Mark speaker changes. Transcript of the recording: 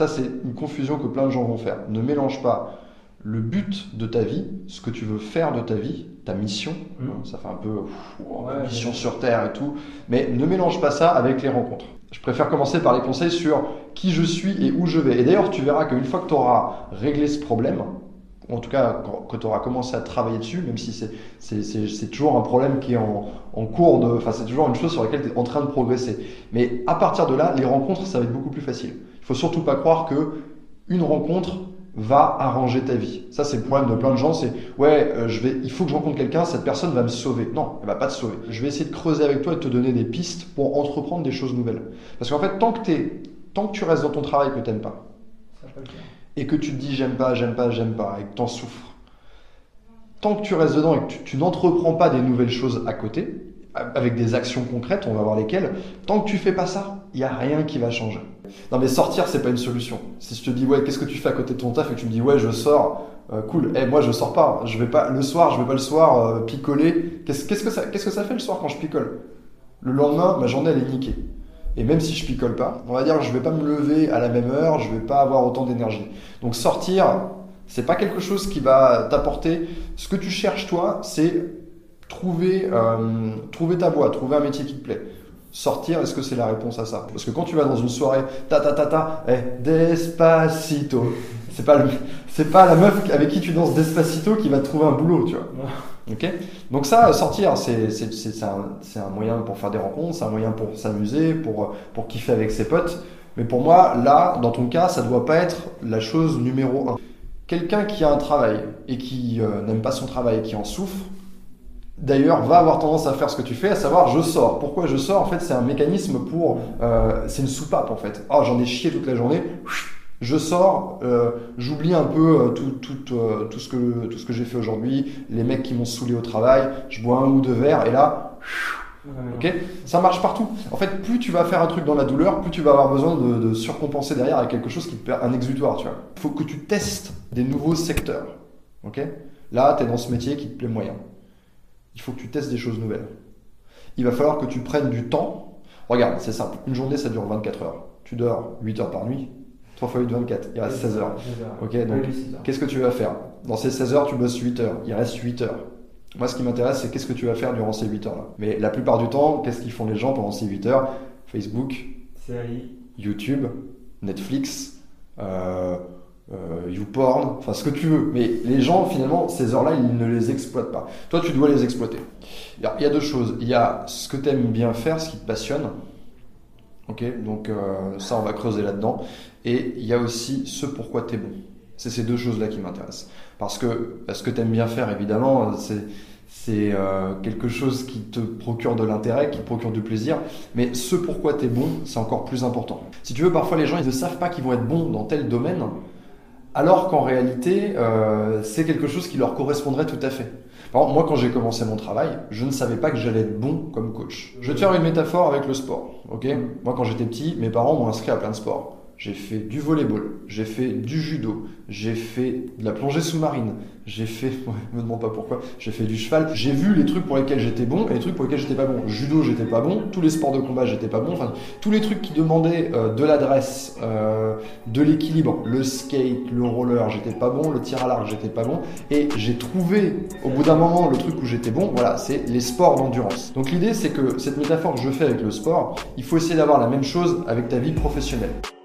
Speaker 1: Ça, c'est une confusion que plein de gens vont faire. Ne mélange pas le but de ta vie, ce que tu veux faire de ta vie, ta mission. Ça fait un peu mission sur Terre et tout. Mais ne mélange pas ça avec les rencontres. Je préfère commencer par les conseils sur qui je suis et où je vais. Et d'ailleurs, tu verras qu'une fois que tu auras réglé ce problème, ou en tout cas que tu auras commencé à travailler dessus, même si c'est toujours un problème qui est en cours de... Enfin, c'est toujours une chose sur laquelle tu es en train de progresser. Mais à partir de là, les rencontres, ça va être beaucoup plus facile. Il faut surtout pas croire que une rencontre va arranger ta vie. Ça, c'est le problème de plein de gens, c'est il faut que je rencontre quelqu'un, cette personne va me sauver. Non, elle va pas te sauver. Je vais essayer de creuser avec toi et de te donner des pistes pour entreprendre des choses nouvelles. Parce qu'en fait, tant que tu restes dans ton travail que tu n'aimes pas, et que tu te dis j'aime pas, et que tu en souffres, tant que tu restes dedans et que tu n'entreprends pas des nouvelles choses à côté, avec des actions concrètes, on va voir lesquelles, tant que tu fais pas ça, il n'y a rien qui va changer. Non mais sortir, c'est pas une solution. Si je te dis qu'est-ce que tu fais à côté de ton taf et que tu me dis je sors, cool. Moi je sors pas. Je vais pas le soir picoler. Qu'est-ce que ça fait le soir quand je picole? Le lendemain, ma journée elle est niquée. Et même si je picole pas, on va dire que je vais pas me lever à la même heure, je vais pas avoir autant d'énergie. Donc sortir, c'est pas quelque chose qui va t'apporter. Ce que tu cherches toi, c'est trouver ta voie, trouver un métier qui te plaît. Sortir, est-ce que c'est la réponse à ça? Parce que quand tu vas dans une soirée, Despacito, c'est pas la meuf avec qui tu danses Despacito qui va te trouver un boulot, tu vois. Ok? Donc ça, sortir, c'est un moyen pour faire des rencontres, c'est un moyen pour s'amuser, pour kiffer avec ses potes. Mais pour moi, là, dans ton cas, ça doit pas être la chose numéro 1. Quelqu'un qui a un travail et qui n'aime pas son travail, qui en souffre, d'ailleurs, va avoir tendance à faire ce que tu fais, à savoir je sors. Pourquoi je sors? En fait, c'est un mécanisme c'est une soupape en fait. J'en ai chié toute la journée. Je sors, j'oublie un peu tout ce que j'ai fait aujourd'hui, les mecs qui m'ont saoulé au travail, je bois un ou deux verres et là, ok, ça marche partout. En fait, plus tu vas faire un truc dans la douleur, plus tu vas avoir besoin de surcompenser derrière avec quelque chose qui te perd un exutoire, tu vois. Il faut que tu testes des nouveaux secteurs, ok. Là, tu es dans ce métier qui te plaît moyen. Il faut que tu testes des choses nouvelles. Il va falloir que tu prennes du temps. Regarde, c'est simple. Une journée, ça dure 24 heures. Tu dors 8 heures par nuit. 3 fois 8, 24. Il reste 16 heures. Ok, donc qu'est-ce que tu vas faire? Dans ces 16 heures, tu bosses 8 heures. Il reste 8 heures. Moi, ce qui m'intéresse, c'est qu'est-ce que tu vas faire durant ces 8 heures-là. Mais la plupart du temps, qu'est-ce qu'ils font les gens pendant ces 8 heures? Facebook, YouTube, Netflix, YouPorn, enfin ce que tu veux. Mais les gens, finalement, ces heures-là, ils ne les exploitent pas. Toi, tu dois les exploiter. Il y a deux choses. Il y a ce que tu aimes bien faire, ce qui te passionne. Ok, donc ça, on va creuser là-dedans. Et il y a aussi ce pourquoi tu es bon. C'est ces deux choses-là qui m'intéressent. Parce que ce que tu aimes bien faire, évidemment, c'est quelque chose qui te procure de l'intérêt, qui te procure du plaisir. Mais ce pourquoi tu es bon, c'est encore plus important. Si tu veux, parfois, les gens, ils ne savent pas qu'ils vont être bons dans tel domaine, alors qu'en réalité, c'est quelque chose qui leur correspondrait tout à fait. Par exemple, moi, quand j'ai commencé mon travail, je ne savais pas que j'allais être bon comme coach. Je vais te faire une métaphore avec le sport. Ok ? Moi, quand j'étais petit, mes parents m'ont inscrit à plein de sports. J'ai fait du volleyball, j'ai fait du judo, j'ai fait de la plongée sous-marine, j'ai fait, me demande pas pourquoi, j'ai fait du cheval. J'ai vu les trucs pour lesquels j'étais bon et les trucs pour lesquels j'étais pas bon. Judo, j'étais pas bon. Tous les sports de combat, j'étais pas bon. Enfin, tous les trucs qui demandaient de l'adresse, de l'équilibre, le skate, le roller, j'étais pas bon. Le tir à l'arc, j'étais pas bon. Et j'ai trouvé, au bout d'un moment, le truc où j'étais bon. Voilà, c'est les sports d'endurance. Donc l'idée, c'est que cette métaphore que je fais avec le sport, il faut essayer d'avoir la même chose avec ta vie professionnelle.